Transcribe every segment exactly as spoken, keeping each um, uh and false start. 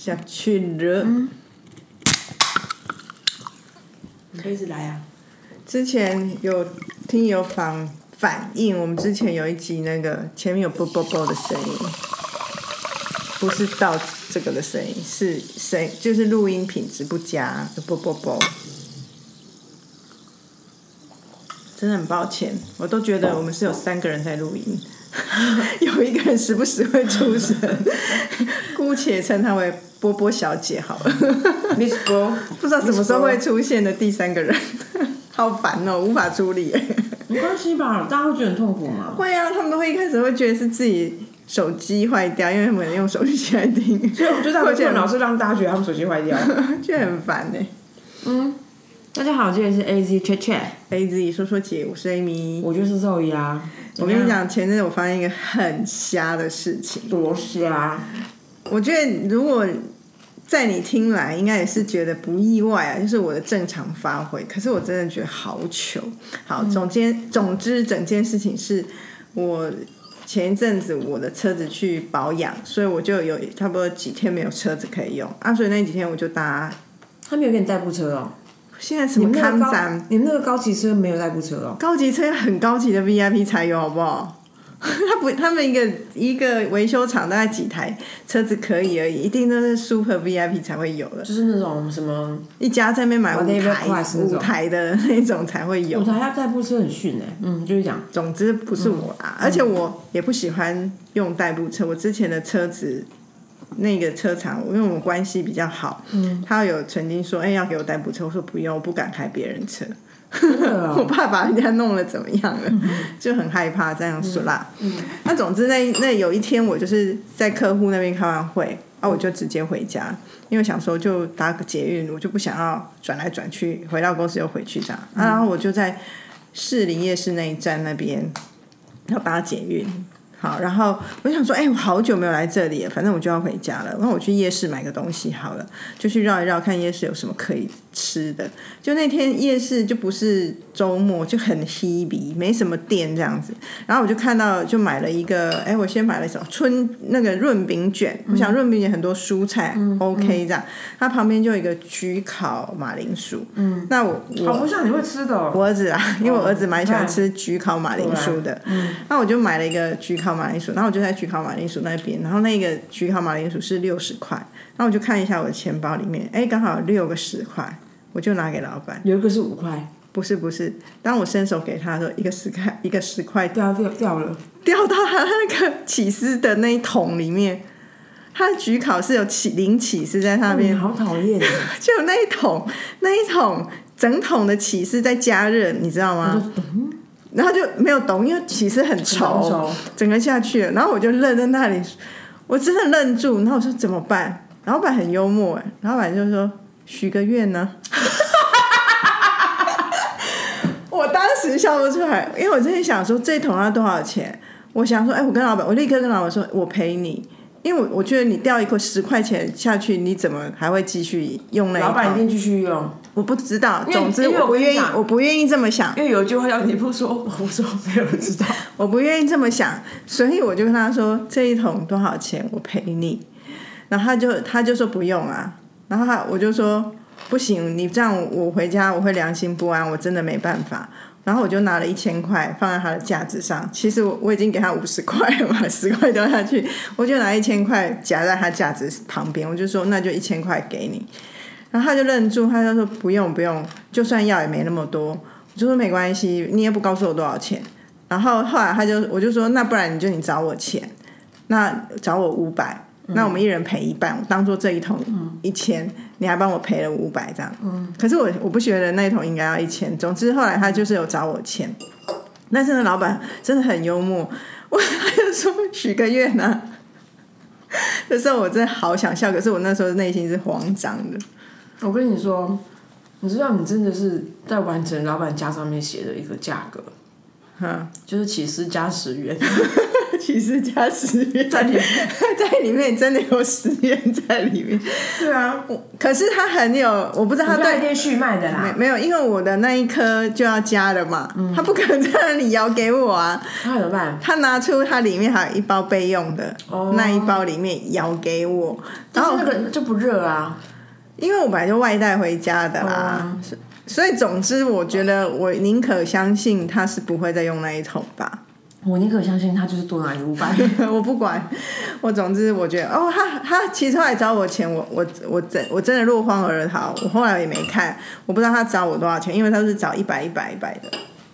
下去了。 嗯，你可以一直来啊。 之前有听友反反映，我们之前有一集那个前面有啵啵啵的声音，不是到这个的声音，是声就是录音品质不佳，有啵啵啵。真的很抱歉，我都觉得我们是有三个人在录音，有一个人时不时会出声，姑且称他为波波小姐好了。 Miss 波， 不知道什么时候会出现的第三个人，好烦哦，无法处理。 没关系吧？大家会觉得很痛苦吗？ 会啊，他们都会一开始会觉得是自己手机坏掉，因为他们用手机来听， 所以我觉得他们困扰是让大家觉得他们手机坏掉， 就很烦哎。 嗯。大家好，这里是 A Z Chat Chat。A Z 说说姐，我是 Amy， 我就是肉呀。 我跟你讲，前阵子我发现一个很瞎的事情。 多瞎？ 我觉得如果在你听来，应该也是觉得不意外啊，就是我的正常发挥。可是我真的觉得好糗。好，总间总之整件事情是我前一阵子我的车子去保养，所以我就有差不多几天没有车子可以用啊，所以那几天我就搭。 他没有给你代步车哦。 现在什么看展？ 你们那个高级车没有代步车哦？ 高级车很高级的 V I P 才有，好不好？他不，他们一个一个维修厂大概几台车子可以而已，一定都是 Super V I P 才会有的。 就是那种什么一家在那边买五台五台的那种才会有。 五台要代步车很逊哎，嗯，就是讲。 总之不是我啦，嗯、而且我也不喜欢用代步车。我之前的车子。那个车厂，因为我们关系比较好，嗯，他有曾经说，哎、欸，要给我代步车，我说不用，我不敢开别人车，哦、我怕把人家弄得怎么样了，嗯、就很害怕这样说啦。嗯嗯、那总之那那有一天我就是在客户那边开完会，啊，我就直接回家，因为想说就搭个捷运，我就不想要转来转去，回到公司又回去这样，嗯啊、然后我就在士林夜市那一站那边要搭捷运。好，然后我想说，哎、欸，我好久没有来这里了，反正我就要回家了。那我去夜市买个东西好了，就去绕一绕，看夜市有什么可以吃的。就那天夜市就不是周末，就很稀逼，没什么店这样子。然后我就看到，就买了一个，哎、欸，我先买了什么春那个润饼卷。嗯、我想润饼卷很多蔬菜、嗯、，OK 这样。它旁边就有一个焗烤马铃薯。嗯，那我我好不像你会吃的、哦。 我儿子啊，因为我儿子蛮喜欢吃焗烤马铃薯的。嗯，那我就买了一个焗烤马铃薯，然后我就在焗烤马铃薯那边，然后那个焗烤马铃薯是六十块，然后我就看一下我的钱包里面，哎，刚好有六个十块，我就拿给老板。 有一个是五块， 不是不是，当我伸手给他的时候，一个十块，一个十块掉掉掉了， 掉到他那个起司的那一桶里面。他的焗烤是有起零起司在那边， 哦、好讨厌， 就那一桶那一桶整桶的起司在加热，你知道吗？然后就没有懂，因为起司很稠，整个下去了。然后我就愣在那里，我真的愣住。然后我说怎么办？老板很幽默哎，老板就说许个愿呢。我当时笑不出来，因为我真的想说这一桶要多少钱？我想说，哎，我跟老板，我立刻跟老板说，我赔你。因为我我觉得你掉一块十块钱下去，你怎么还会继续用那一桶？ 老板一定继续用。 我不知道，总之我不愿意，我不愿意这么想。 因为有一句话叫你不说，我说没有人知道。 我不愿意这么想，所以我就跟他说这一桶多少钱，我赔你。然后他就他就说不用啊，然后他我就说不行，你这样我回家我会良心不安，我真的没办法。然后我就拿了一千块放在他的架子上，其实 我, 我已经给他五十块了嘛，十块掉下去，我就拿一千块夹在他架子旁边，我就说那就一千块给你。然后他就愣住，他就说不用不用，就算要也没那么多。我就说没关系，你也不告诉我多少钱。然后后来他就我就说那不然你就你找我钱，那找我五百。那我们一人赔一半，我当做这一桶一千、嗯，你还帮我赔了五百这样。嗯，可是我我不觉得那一桶应该要一千。总之后来他就是有找我钱，但是呢，老板真的很幽默，我他就说许个愿啊。这时候我真的好想笑，可是我那时候内心是慌张的。 我跟你说，你知道你真的是在完成老板家上面写的一个价格，嗯，就是起司加十元。 起司加十元在里面， 在里面真的有十元在里面。 对啊， 可是他很有，我不知道他对店续卖的啦， 没没有，因为我的那一颗就要加了嘛，嗯、他不可能在那里摇给我啊。 他怎么办？ 他拿出他里面还有一包备用的，哦、那一包里面摇给我， 然后那个就不热啊， 因为我本来就外带回家的啦。哦，所以总之我觉得我宁可相信他是不会再用那一桶吧， 我宁可相信他就是多拿一五百我不管，我总之我觉得哦，他他其实后来找我钱，我我我真我真的落荒而逃，我后来也没看，我不知道他找我多少钱，因为他是找一百一百一百的。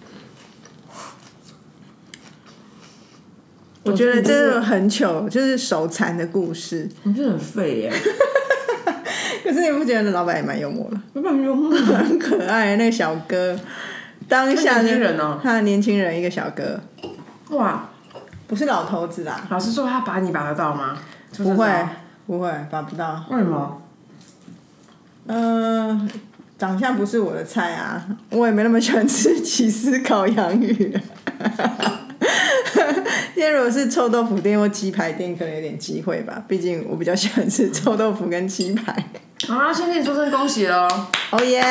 我觉得这是很糗，就是手残的故事。 你真的很废耶！ 可是你不觉得老板也蛮幽默的？ 老板很幽默， 很可爱。那个小哥，当下年轻人哦， 他的年轻人一个小哥， 哇， 不是老头子啦。 老师说他拔你拔得到吗？ 不会，不会，拔不到。 为什么？ 嗯、呃，长相不是我的菜啊，我也没那么喜欢吃起司烤洋芋。今天如果是臭豆腐店或鸡排店，可能有点机会吧。毕竟我比较喜欢吃臭豆腐跟鸡排。 好啦，先给你说声恭喜喽！ 哦耶！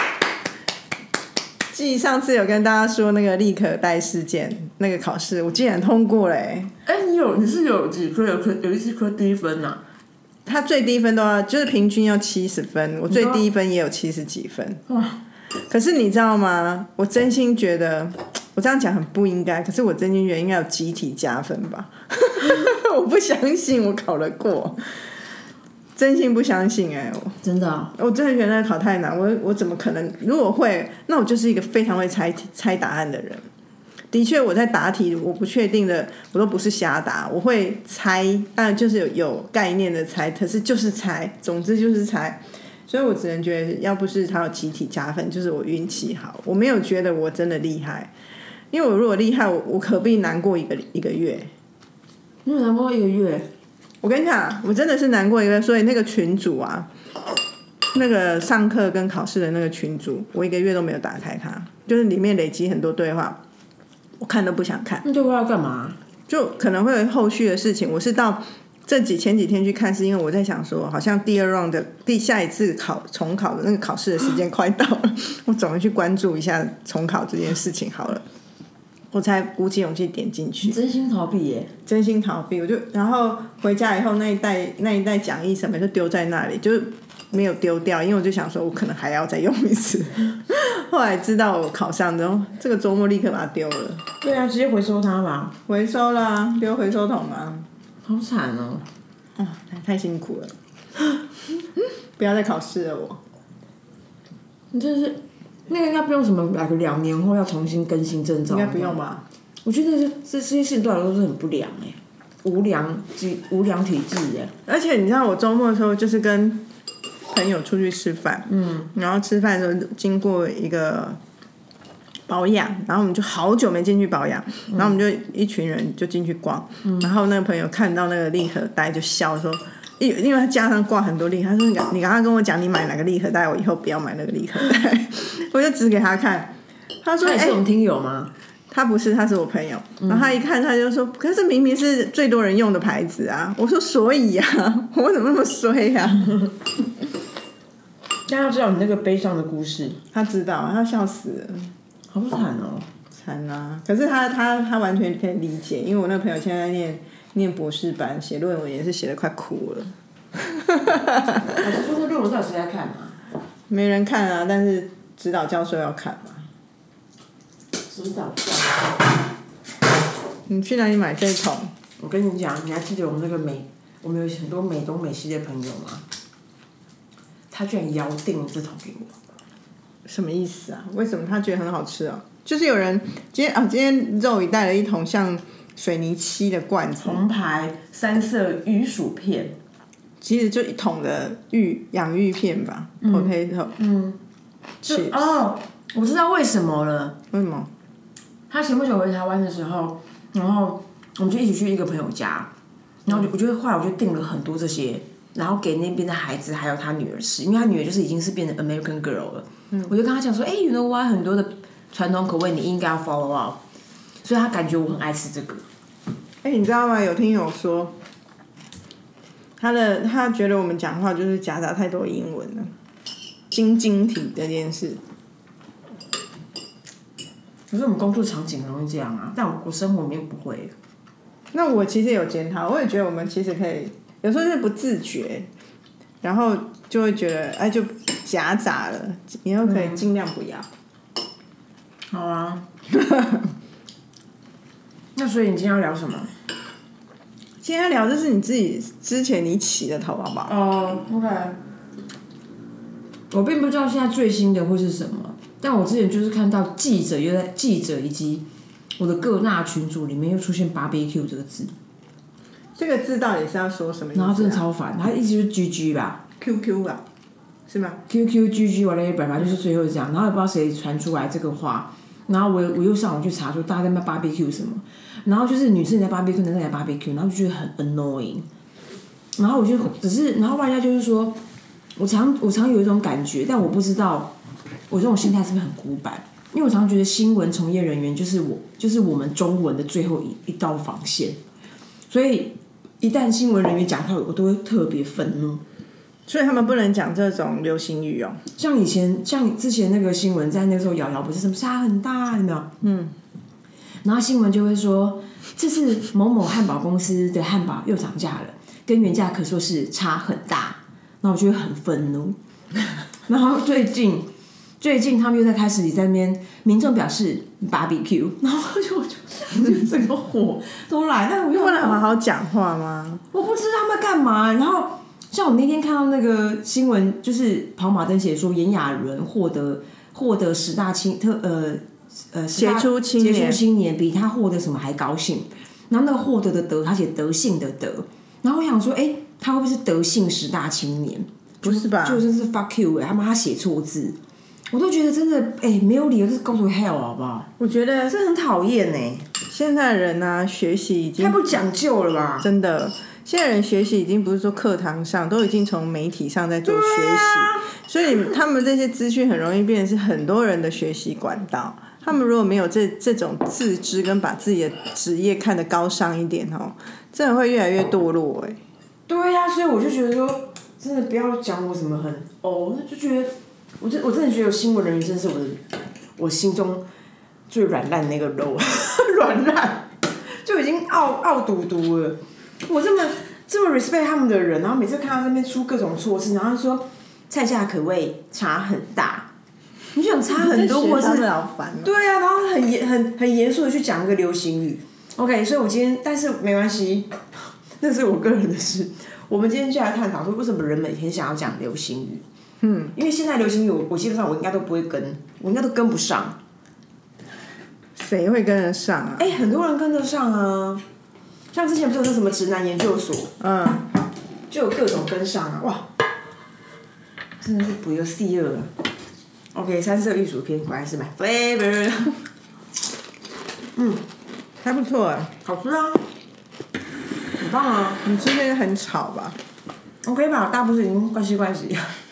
继上次有跟大家说那个立可带事件那个考试，我竟然通过了哎！ 哎、欸，你有你是有几科有科有一科低分啊？ 他最低分都要就是平均要七十分，我最低分也有七十几分。哇！可是你知道吗？我真心觉得。我这样讲很不应该，可是我真心觉得应该有集体加分吧。我不相信我考得过，真心不相信哎、欸！ 真的、啊， 我真的觉得那考太难，我我怎么可能？如果会，那我就是一个非常会猜猜答案的人。的确，我在答题我不确定的，我都不是瞎答，我会猜，当然就是有有概念的猜，可是就是猜，总之就是猜。所以我只能觉得，要不是他有集体加分，就是我运气好。我没有觉得我真的厉害。因为我如果厉害，我我可必难过一个一个月。 你有难过一个月？ 我跟你讲，我真的是难过一个月。所以那个群组啊，那个上课跟考试的那个群组，我一个月都没有打开它，就是里面累积很多对话，我看都不想看。 那对话要干嘛？ 就可能会有后续的事情。我是到这几前几天去看，是因为我在想说，好像第二 round 的第下一次考重考的那个考试的时间快到了，我总会去关注一下重考这件事情好了。我才鼓起勇气点进去， 真心逃避耶！ 真心逃避，我就然后回家以后那一袋那一袋讲义什么就丢在那里，就是没有丢掉，因为我就想说我可能还要再用一次。后来知道我考上之后，这个周末立刻把它丢了。 对啊，直接回收它吧。 回收啦，丢回收桶啊。 好惨哦！ 哦，太辛苦了。不要再考试了我。 你真是。那个应该不用什么，来个两年后要重新更新证照， 应该不用吧？ 我觉得这这些事情对我来说是很不良哎、欸，无良体无良体质哎。 而且你知道，我周末的时候就是跟朋友出去吃饭，嗯，然后吃饭的时候经过一个保养，然后我们就好久没进去保养，然后我们就一群人就进去逛，嗯、然后那个朋友看到那个立可带就笑说。因因为他架上挂很多立可，他说你刚刚跟我讲你买哪个立可带，我以后不要买那个立可带。我就指给他看，他说：“ 他也是我们听友吗？” 他不是，他是我朋友。然后他一看，他就说：“可是明明是最多人用的牌子啊！”我说：“所以啊，我怎么那么衰啊？” 但他知道你那个悲伤的故事， 他知道，他笑死了， 好惨哦， 惨啊！可是他他他完全可以理解，因为我那个朋友现在念。念博士班写论文也是写得快哭了。 老师说这论文到底谁在看啊？ 没人看啊，但是指导教授要看嘛。 指导教授？ 你去哪里买这一桶？ 我跟你讲，你还记得我们那个美，我们有很多美东美西的朋友吗？他居然摇定了这桶给我。 什么意思啊？为什么他觉得很好吃啊？就是有人今天啊，今天肉也带了一桶像。水泥漆的罐子， 红牌三色鱼薯片， 其实就一桶的芋洋芋片吧 ，potato， 嗯， 嗯哦，我知道为什么了。 为什么？ 他前不久回台湾的时候，然后我们就一起去一个朋友家，然后我就后来我就订了很多这些，然后给那边的孩子还有他女儿吃，因为他女儿就是已经是变成 American girl 了，嗯、我就跟他讲说，哎、欸、，you know what， 很多的传统口味你应该要 follow up。所以他感觉我很爱吃这个。 哎、 哎、欸，你知道吗？有听友说，他的他觉得我们讲话就是夹杂太多英文了，晶晶体这件事。 可是我们工作场景很容易这样啊，但我我生活里面不会。 那我其实有检讨，我也觉得我们其实可以，有时候是不自觉，然后就会觉得哎就夹杂了，以后可以尽量不要。 嗯、好啊。那所以你今天要聊什么？ 今天要聊就是你自己之前你起的头，好不好？ 哦、oh, ，OK。我并不知道现在最新的会是什么，但我之前就是看到记者又在记者以及我的各大群组里面又出现 barbecue 这个字。 这个字到底是要说什么意思、啊？ 然后真的超烦，它一直就是 G G 吧 ，Q Q 吧，是吗 ？Q Q G G whatever 就是最后这样，然后也不知道谁传出来这个话，然后我我又上网去查说大家在那 barbecue 什么，然后就是女生在 barbecue， 男生在 barbecue， 然后就觉得很 annoying， 然后我就只是，然后外加就是说，我常我常有一种感觉，但我不知道我这种心态是不是很古板，因为我常觉得新闻从业人员就是我就是我们中文的最后一一道防线，所以一旦新闻人员讲话，我都会特别愤怒。 所以他们不能讲这种流行语哦。 像以前，像之前那个新闻，在那个时候瑶瑶不是什么差很大，有没有？嗯。然后新闻就会说，这次某某汉堡公司的汉堡又涨价了，跟原价可说是差很大。然后我就会很愤怒。然后最近，最近他们又在开始在那边，民众表示 barbecue， 然后就我就我就整个火都来，但我又不能好好讲话吗？ 我不知道他们干嘛，然后。像我那天看到那个新闻，就是跑马灯写说炎亚纶获得获得十大青特呃呃杰出青年， 杰出青年比他获得什么还高兴。然后那个获得的德，他写德性的德。然后我想说，哎、欸，他会不会是德性十大青年？ 不是吧？ 就真是 fuck you 哎、欸，他妈他写错字，我都觉得真的哎、欸、没有理由，这是 go to hell 好不好？ 我觉得这很讨厌哎。 现在的人啊，学习已经太不讲究了吧？ 真的。现在人学习已经不是说课堂上，都已经从媒体上在做学习，啊、所以他们这些资讯很容易变成是很多人的学习管道。他们如果没有这这种自知跟把自己的职业看得高尚一点哦，真的会越来越堕落哎。 对呀、啊，所以我就觉得说，真的不要讲我什么很哦，就觉得我真我真的觉得新闻人员真是我的我心中最软烂的那个肉，软烂就已经傲傲嘟嘟了。我这么这么 respect 他们的人，然后每次看到这边出各种措施，然后说菜价可谓差很大，你就想差很多，或是好烦、喔、 对啊，然后很严很很严肃的去讲一个流行语。OK， 所以我今天，但是没关系，那是我个人的事。我们今天就来探讨说，为什么人每天想要讲流行语？嗯，因为现在流行语我，我基本上我应该都不会跟，我应该都跟不上。 谁会跟得上啊？ 哎、欸，很多人跟得上啊。像之前不是有那什么直男研究所，嗯，就有各种跟上啊，哇，真的是不由细二了。OK， 三色玉薯片果然是买 flavor， 嗯，还不错哎， 好吃啊，很棒啊。 你吃那个很吵吧 ？OK 吧，大部分已经关系关系。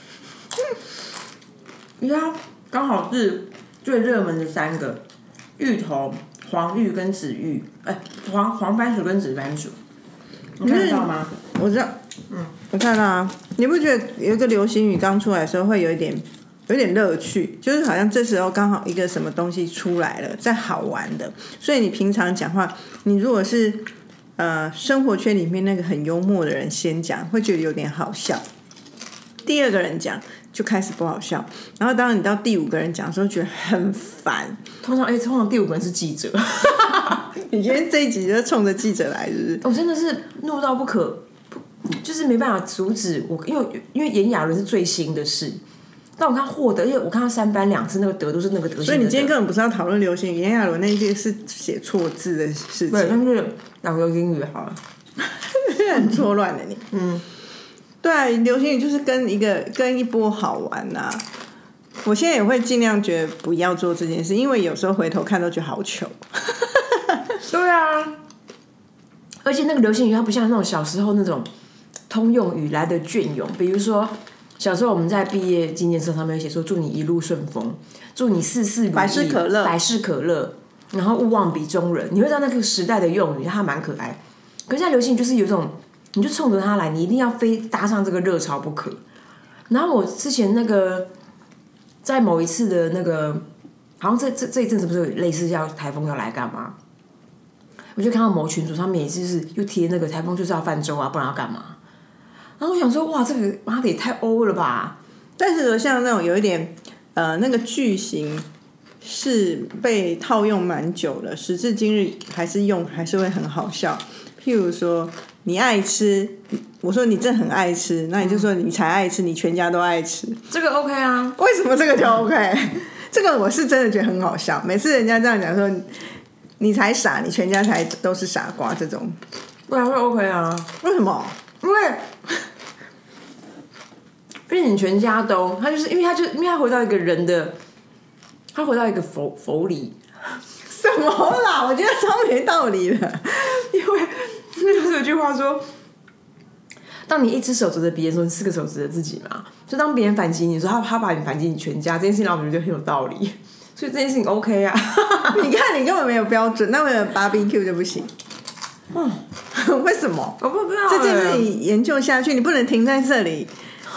你看，刚好是最热门的三个，芋头。黄芋跟紫芋，哎、欸，黄黄番薯跟紫番薯，你看得到吗？ 我知道，嗯，我看到啊。你不觉得有一个流行语刚出来的时候会有一点，有点乐趣，就是好像这时候刚好一个什么东西出来了，在好玩的，所以你平常讲话，你如果是呃生活圈里面那个很幽默的人先讲，会觉得有点好笑，第二个人讲就开始不好笑，然后当你到第五个人讲的时候，觉得很烦。 通常哎、欸，通常第五个人是记者。 你今天这一集就是冲着记者来，是不是？ 我真的是怒到不可，就是没办法阻止我，因为因为炎亚纶是最新的事。但我看获得，因为我看到三班两次那个得都是那个得， 所以你今天根本不是要讨论流行语，炎亚纶那一件是写错字的事情。 对，但是讲流行语好了， 很错乱的你。嗯，对啊，流行语就是跟一个跟一波好玩呐、啊。我现在也会尽量觉得不要做这件事，因为有时候回头看都觉得好糗。 对啊，而且那个流行语它不像那种小时候那种通用语来的隽永，比如说小时候我们在毕业纪念册上面写说祝你一路顺风，祝你事事如意， 百事可乐， 百事可乐。 然后勿忘比中人，你会知道那个时代的用语，它蛮可爱。可是现在流行就是有一种，你就冲着它来，你一定要非搭上这个热潮不可。然后我之前那个在某一次的那个，好像这这这一阵子不是有类似叫台风要来干嘛？我就看到某群组上面也就是又贴那个台风就是要泛舟啊，不然要干嘛？然后我想说，哇，这个妈的也太欧了吧！ 但是像那种有一点呃那个句型是被套用蛮久了，时至今日还是用，还是会很好笑。譬如说你爱吃，我说你真的很爱吃，那你就说你才爱吃，你全家都爱吃， 这个 OK 啊？ 为什么这个就 OK？ 这个我是真的觉得很好笑，每次人家这样讲说你才傻，你全家才都是傻瓜，这种不然会 OK 啊？ 为什么？ 因为因为你全家都，他就是因为他就因为他回到一个人的，他回到一个佛佛理。 什么啦？我觉得超没道理的， 因为就是有句话说，当你一只手指着别人说你四个手指着自己嘛，就当别人反击你说他他把你反击你全家，这件事情让我们觉得很有道理，所以这件事情 OK 啊。 你看你根本没有标准，那为了 B B Q 就不行。嗯，为什么？ 我不知道这件事情研究下去，你不能停在这里。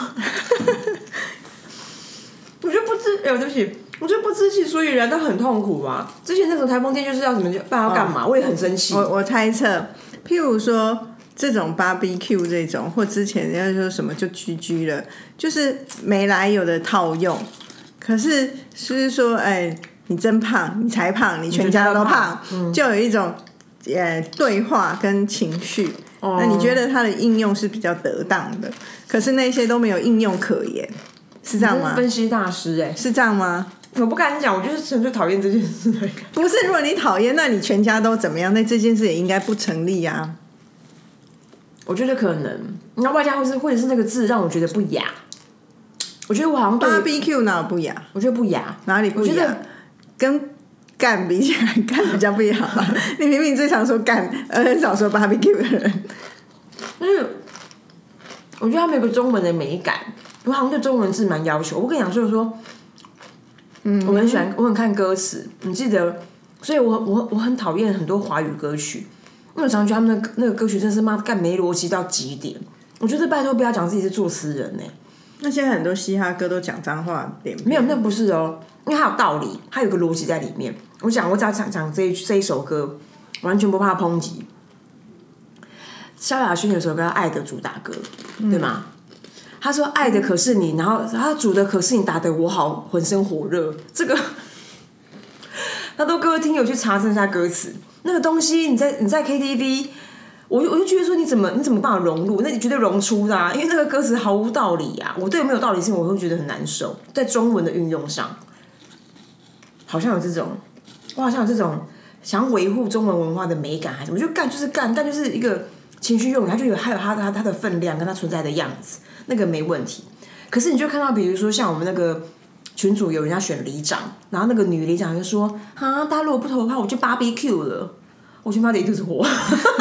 我就不知，哎、欸，对不起，我就不知其所以然，但很痛苦啊。之前那种台风天就是要怎么就不知道要干嘛，哦、我也很生气。 我我猜测，譬如说这种 B B Q 这种，或之前人家说什么就 G G 了，就是没来由的套用。可是是说，哎，你真胖，你才胖，你全家都胖，嗯、就有一种呃对话跟情绪。哦、那你觉得它的应用是比较得当的，可是那些都没有应用可言，是这样吗？ 分析大师哎、欸， 是这样吗？ 我不敢讲，我就是纯粹讨厌这件事。 不是，如果你讨厌，那你全家都怎么样？那这件事也应该不成立啊。 我觉得可能，那外加或是或者是那个字让我觉得不雅。我觉得我好像对 B B Q 哪有不雅？ 我觉得不雅， 哪里不雅？跟干比起来，干比较不雅吧。你明明最常说干，而很少说 B B Q 的人。 就是我觉得他们有个中文的美感，我好像对中文字蛮要求。我跟你讲，就是说，嗯，我很喜欢，我很看歌词，你记得，所以我我我很讨厌很多华语歌曲，因为我常觉得他们的那个歌曲真是妈干没逻辑到极点。我觉得拜托不要讲自己是作词人呢、欸。 那现在很多嘻哈歌都讲脏话， 没有，那不是哦，因为它有道理，它有个逻辑在里面。我讲，我只要讲讲这一这一首歌，完全不怕抨击。萧亚轩有首歌叫《爱的主打歌》，对吗？他说：“爱的可是你，然后他主的可是你，打得我好浑身火热。”这个，那都各位听友去查证一下歌词。那个东西，你在你在 K T V， 我就我就觉得说，你怎么你怎么办法融入？那你绝对融出的、啊，因为那个歌词毫无道理啊！我对没有道理性，我会觉得很难受。在中文的运用上，好像有这种，我好像有这种想要维护中文文化的美感，还是什么？就干就是干，干就是一个。情绪用语，它就有还有它的它的分量跟它存在的样子，那个没问题。可是你就看到，比如说像我们那个群组有人家选里长，然后那个女里长就说：“啊，大家如果不投的话，我就 B B Q 了。”我去妈的一肚子火。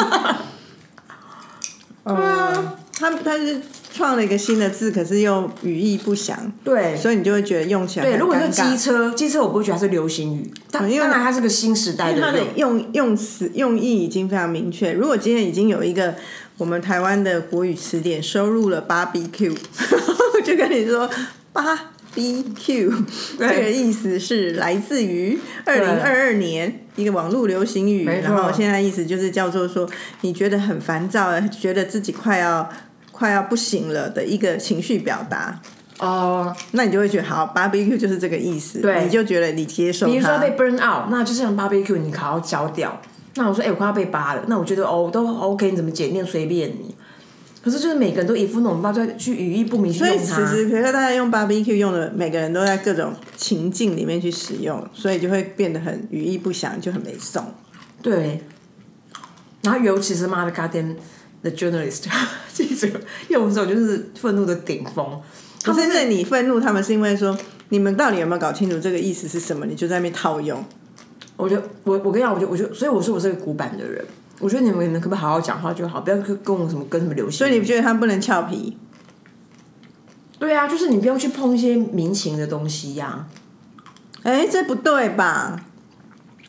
对啊，他他是创了一个新的字，可是又语义不详， 对， 所以你就会觉得用起来很尴尬。 对，如果你说机车，机车我不会觉得它是流行语，当当然它是个新时代的用， 它的用用词用意已经非常明确。如果今天已经有一个我们台湾的国语词典收入了 B B Q， 我就跟你说 B B Q 这个意思是来自于二零二二年一个网络流行语，然后现在意思就是叫做说你觉得很烦躁，觉得自己快要快要不行了的一个情绪表达。哦、uh, ，那你就会觉得好 ，B B Q 就是这个意思，对，你就觉得你接受它。 比如说被 burn out， 那就像 B B Q， 你考要焦掉。那我说，哎、欸，我快要被扒了，那我觉得哦，都 OK， 你怎么检验随便你。可是就是每个人都一副那种，不知道去语义不明去用它。 所以此时此刻大家用 B B Q 用的，每个人都在各种情境里面去使用，所以就会变得很语义不详，就很没送。 对。然后尤其是妈的 goddamn the journalist 记者用的时候，就是愤怒的顶峰。 可是是你愤怒他们，是因为说你们到底有没有搞清楚这个意思是什么？你就在那边套用。 我觉得我我跟你讲，我就我就所以我说我是个古板的人。我觉得你们可不可以好好讲话就好，不要跟我什么跟什么流行。 所以你不觉得他不能俏皮？ 对啊，就是你不要去碰一些民情的东西呀、啊。 哎，这不对吧？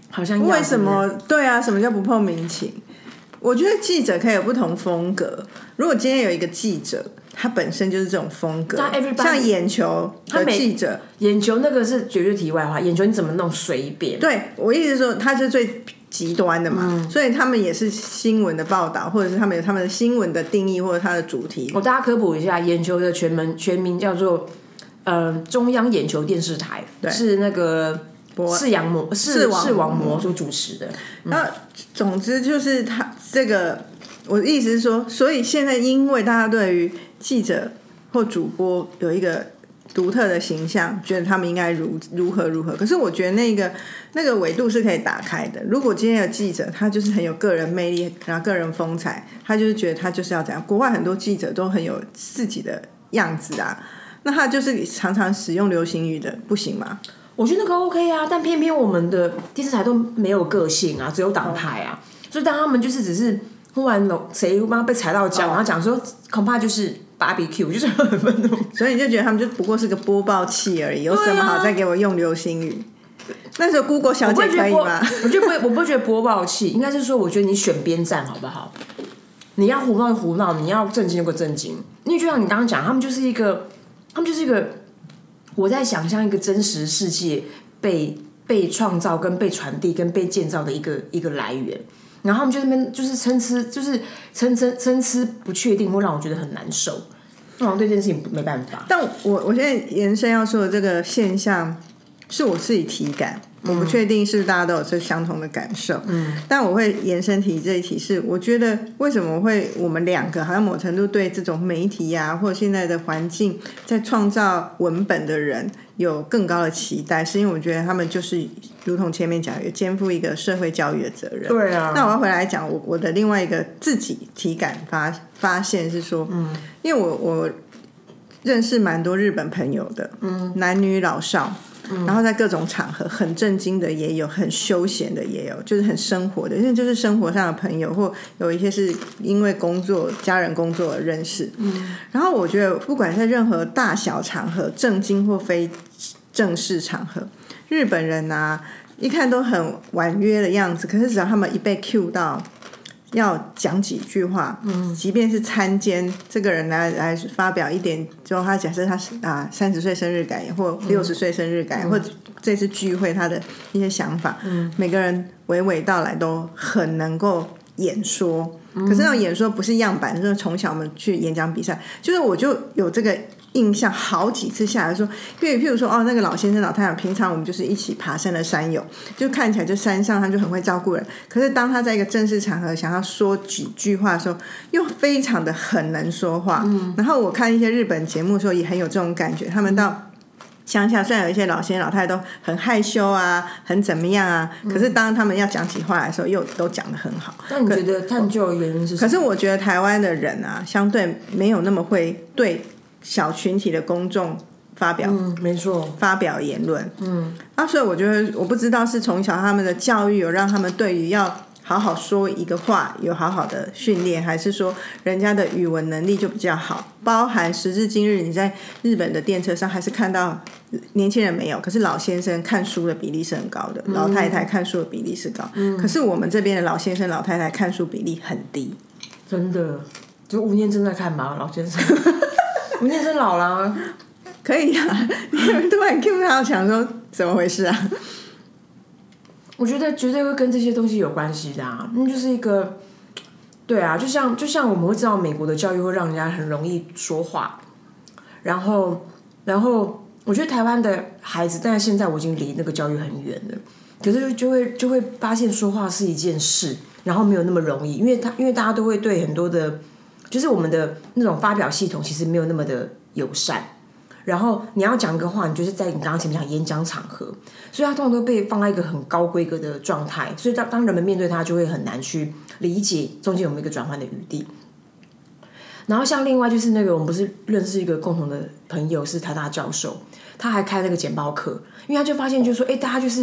好像为什么？对啊，什么叫不碰民情？我觉得记者可以有不同风格。如果今天有一个记者，他本身就是这种风格，像眼球的记者， 眼球那个是绝对题外话，眼球你怎么弄随便。 对，我意思是说，他是最极端的嘛、嗯，所以他们也是新闻的报道，或者是他们有他们的新闻的定义或者他的主题。 我大家科普一下，眼球的全名全名叫做呃中央眼球电视台，是那个视网膜视视网膜所主持的。 那、嗯、总之就是他这个，我的意思是说，所以现在因为大家对于记者或主播有一个独特的形象，觉得他们应该如如何如何。可是我觉得那个那个纬度是可以打开的。如果今天的记者他就是很有个人魅力，然后个人风采，他就是觉得他就是要这样。国外很多记者都很有自己的样子啊，那他就是常常使用流行语的，不行吗？ 我觉得那个 OK 啊，但偏偏我们的电视台都没有个性啊，只有党派啊，所以当他们就是只是忽然谁帮他被踩到脚，然后讲说恐怕就是。B B Q 就是很愤怒， 所以你就觉得他们就不过是个播报器而已，有什么好再给我用流行语？那时候 Google 小姐可以吗？ 我就不会，我不会觉得播报器，应该是说，我觉得你选边站好不好？你要胡闹就胡闹，你要正经就正经。因为就像你刚刚讲，他们就是一个，他们就是一个，我在想象一个真实世界被被创造、跟被传递、跟被建造的一个一个来源。然后他们就那边就是参差，就是参差参差不确定，会让我觉得很难受。那好像对这件事情没办法。 但我我现在延伸要说的这个现象，是我自己体感，我不确定是不是大家都有这相同的感受。嗯，但我会延伸提这一题是，我觉得为什么会我们两个好像某程度对这种媒体啊，或者现在的环境在创造文本的人有更高的期待，是因为我觉得他们就是如同前面讲，有肩负一个社会教育的责任。 对啊。 那我要回来讲我我的另外一个自己体感发发现是说，嗯，因为我我认识蛮多日本朋友的，嗯，男女老少。然后在各种场合，很正经的也有，很休闲的也有，就是很生活的，因为就是生活上的朋友，或有一些是因为工作、家人工作而认识。嗯，然后我觉得不管在任何大小场合，正经或非正式场合，日本人啊，一看都很婉约的样子，可是只要他们一被 cue 到要讲几句话，嗯，即便是参监这个人来来发表一点，就他假设他啊三十岁生日感言或六十岁生日感言、嗯、或这次聚会他的一些想法，嗯，每个人娓娓道来都很能够演说，嗯、可是那种演说不是样板，就是从小我们去演讲比赛，就是我就有这个印象，好几次下来说，譬如譬如说哦，那个老先生老太太，平常我们就是一起爬山的山友，就看起来就山上他就很会照顾人，可是当他在一个正式场合想要说几句话的时候，又非常的很能说话。嗯，然后我看一些日本节目的时候也很有这种感觉，他们到乡下虽然有一些老先生老太太都很害羞啊，很怎么样啊，可是当他们要讲起话来的时候，又都讲得很好。 那你觉得探究的原因是什么？ 可是我觉得台湾的人啊，相对没有那么会对小群体的公众发表， 嗯，没错， 发表言论，嗯，啊，所以我觉得我不知道是从小他们的教育有让他们对于要好好说一个话有好好的训练，还是说人家的语文能力就比较好，包含时至今日你在日本的电车上还是看到年轻人没有，可是老先生看书的比例是很高的，嗯、老太太看书的比例是高、嗯、可是我们这边的老先生老太太看书比例很低， 真的就吴念真在看吧，老先生吴念真老了， 可以啊，你们突然 Q 他，想说怎么回事啊？ 我觉得绝对会跟这些东西有关系的啊，那就是一个，对啊，就像就像我们会知道美国的教育会让人家很容易说话，然后然后我觉得台湾的孩子，但是现在我已经离那个教育很远了，可是就会就会发现说话是一件事，然后没有那么容易，因为他因为大家都会对很多的，就是我们的那种发表系统其实没有那么的友善。然后你要讲一个话，你就是在你刚刚前面讲演讲场合，所以它通常都被放在一个很高规格的状态，所以当当人们面对它，就会很难去理解中间有没有一个转换的余地。然后像另外就是那个我们不是认识一个共同的朋友是台大教授，他还开那个简报课，因为他就发现就是说，哎，大家就是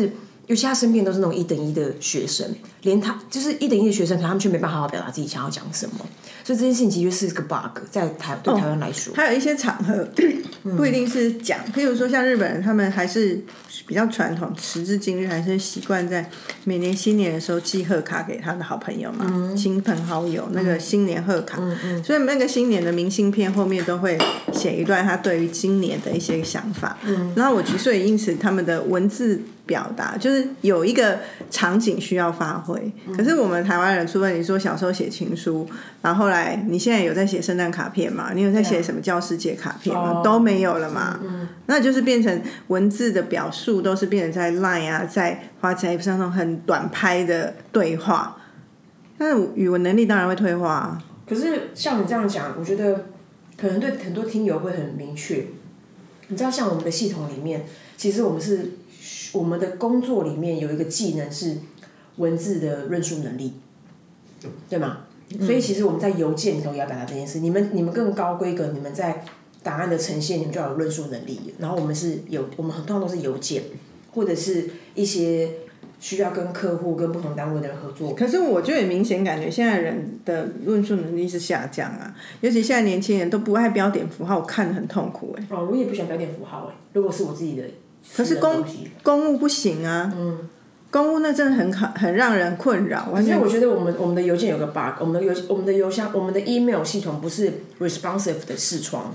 尤其他身边都是那种一等一的学生，连他就是一等一的学生，可他们却没办法好好表达自己想要讲什么，所以这件事情其实是个 bug， 在台对台湾来说、 哦，还有一些场合不一定是讲，譬如说像日本人，他们还是比较传统，时至今日还是习惯在每年新年的时候寄贺卡给他的好朋友嘛，嗯、亲朋好友那个新年贺卡、嗯嗯，所以那个新年的明信片后面都会写一段他对于今年的一些想法，嗯，然后我所以因此他们的文字表达就是有一个场景需要发挥，可是我们台湾人，除了你说小时候写情书，然后后来你现在有在写圣诞卡片嘛？你有在写什么教师节卡片吗？都没有了嘛。嗯，那就是变成文字的表述都是变成在 Line 啊，在 WhatsApp 上那种很短拍的对话，但是语文能力当然会退化啊。 可是像你这样讲，我觉得可能对很多听友会很明确。你知道，像我们的系统里面，其实我们是我们的工作里面有一个技能是文字的论述能力，对吗？所以其实我们在邮件里头也要表达这件事。你们你们更高规格，你们在档案的呈现，你们就要有论述能力。然后我们是有，我们很通常都是邮件，或者是一些需要跟客户、跟不同单位的人合作。 可是我就很明显感觉现在人的论述能力是下降啊，尤其现在年轻人都不爱标点符号，我看得很痛苦哎、 欸。哦，我也不喜欢标点符号哎、欸。如果是我自己的， 可是公公务不行啊。嗯。公务那真的很很让人困扰， 而且我觉得我们我们的邮件有个 bug， 我们的邮我们的邮箱我们的 email 系统不是 responsive 的视窗，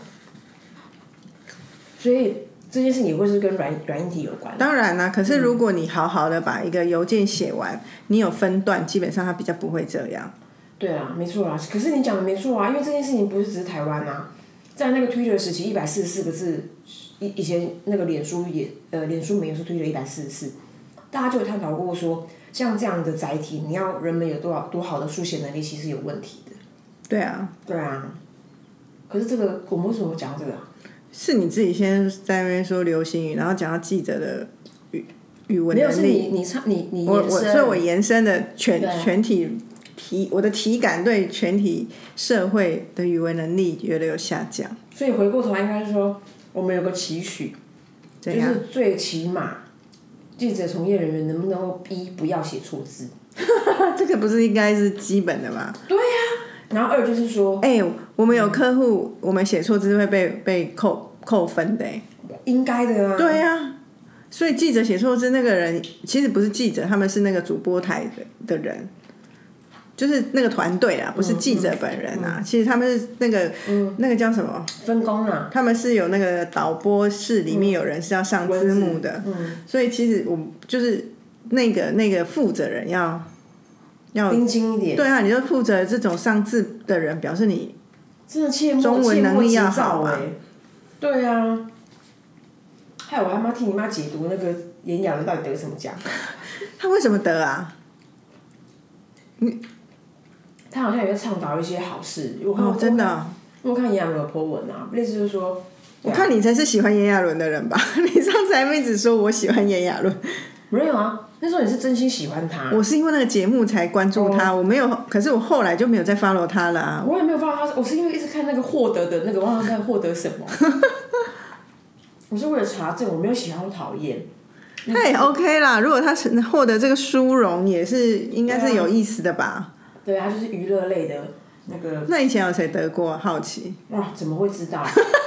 所以这件事情会是跟软软硬体有关。 当然啦、啊，可是如果你好好的把一个邮件写完，嗯、你有分段，基本上它比较不会这样。 对啊，没错啊。可是你讲的没错啊，因为这件事情不是只是台湾啊，在那个 Twitter 时期一百四十四个字，以以前那个脸书也呃脸书没有是推了一百四十四。大家就有探讨过说，像这样的载体，你要人们有多少多好的书写能力，其实有问题的。 对啊， 对啊。可是这个，我们为什么讲这个、啊？ 是你自己先在那边说流行语，然后讲到记者的语语文能力。 没有，是你你唱你你我我所以我延伸的全全体体我的体感对全体社会的语文能力觉得有下降。 所以回过头来应该是说，我们有个期许，就是最起码。记者从业人员能不能够逼不要写错字？ 这个不是应该是基本的吗？ 对呀、啊。然后二就是说， 哎、欸，我们有客户，我们写错字会被被扣扣分的、欸， 应该的啊。 对啊，所以记者写错字那个人其实不是记者，他们是那个主播台的的人。就是那个团队啊，不是记者本人啊。嗯嗯、其实他们是那个、嗯、那个叫什么分工啊？ 他们是有那个导播室里面有人是要上字幕的，嗯、所以其实我就是那个那个负责人要要盯紧一点。 对啊，你就负责这种上字的人，表示你真的切莫中文能力要好啊。对啊，害我还妈替你妈解读那个炎亚纶到底得什么奖？ 他为什么得啊？ 你。他好像也在倡导一些好事，我看、 哦、真的、啊， 我看炎亚纶有 po 文啊，类似就是说，啊、 我看你才是喜欢炎亚纶的人吧？你上次还没只说我喜欢炎亚纶， 没有啊，那时候你是真心喜欢他。 我是因为那个节目才关注他，哦、我没有，可是我后来就没有再 follow 他了啊。 我也没有 follow 他，我是因为一直看那个获得的那个，忘了看获得什么。我是为了查证，我没有喜欢或讨厌。 他也 OK 啦，如果他获得这个殊荣，也是应该是有意思的吧。 对，他就是娱乐类的那个。 那以前有谁得过？好奇。 哇，怎么会知道？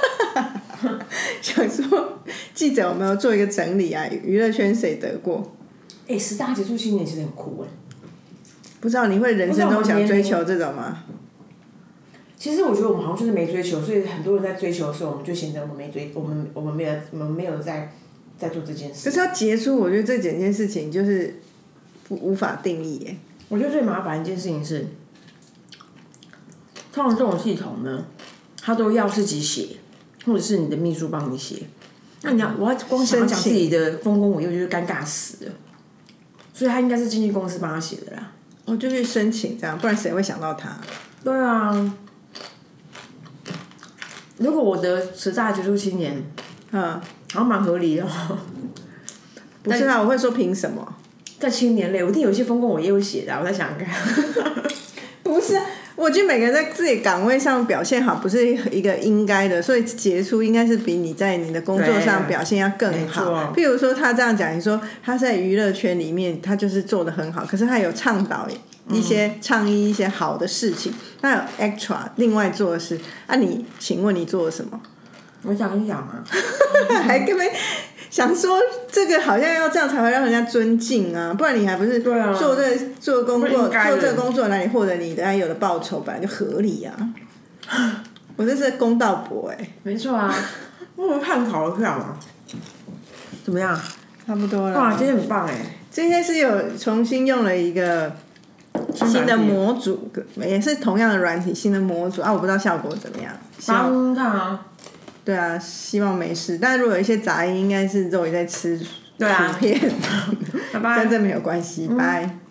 想说记者有没有做一个整理啊？娱乐圈谁得过？ 哎、欸，十大杰出青年其实很酷哎。 不知道你会人生中想追求这种吗？ 其实我觉得我们好像就是没追求，所以很多人在追求的时候，我们就显得我们没追，我们我们没有我们没有在在做这件事。 可是要杰出，我觉得这整件事情就是无法定义耶。 我觉得最麻烦的一件事情是，通常这种系统呢，它都要自己写，或者是你的秘书帮你写。那你要，我要光想要讲自己的丰功伟业，我就尴尬死了。所以他应该是经纪公司帮他写的啦。 我就去申请这样，不然谁会想到他？ 对啊。如果我得十大杰出青年，嗯，好像蛮合理的。 不是啊，我会说凭什么？ 在青年类，我一定有一些丰功伟业会写的、啊，我在想看。 不是， 我觉得每个人在自己岗位上表现好，不是一个应该的，所以杰出应该是比你在你的工作上表现要更好。譬如说他这样讲，你说他在娱乐圈里面，他就是做得很好，可是他有倡导一些倡议一些好的事情，他有 extra 另外做的事。啊你，你请问你做了什么？ 我想一想啊， 还根本想说这个好像要这样才会让人家尊敬啊，不然你还不是做这个、做工作做这个工作哪里获得你该有的报酬本来就合理啊。我这是公道伯哎、欸， 没错啊，我们汉考了票啊，怎么样？ 差不多了。 哇，今天很棒哎、欸！ 今天是有重新用了一个新的模组，也是同样的软体，新的模组啊，我不知道效果怎么样。 帮看啊。 对啊，希望没事。但如果有一些杂音，应该是肉也在吃薯片， 拜拜， 跟这没有关系。拜、嗯。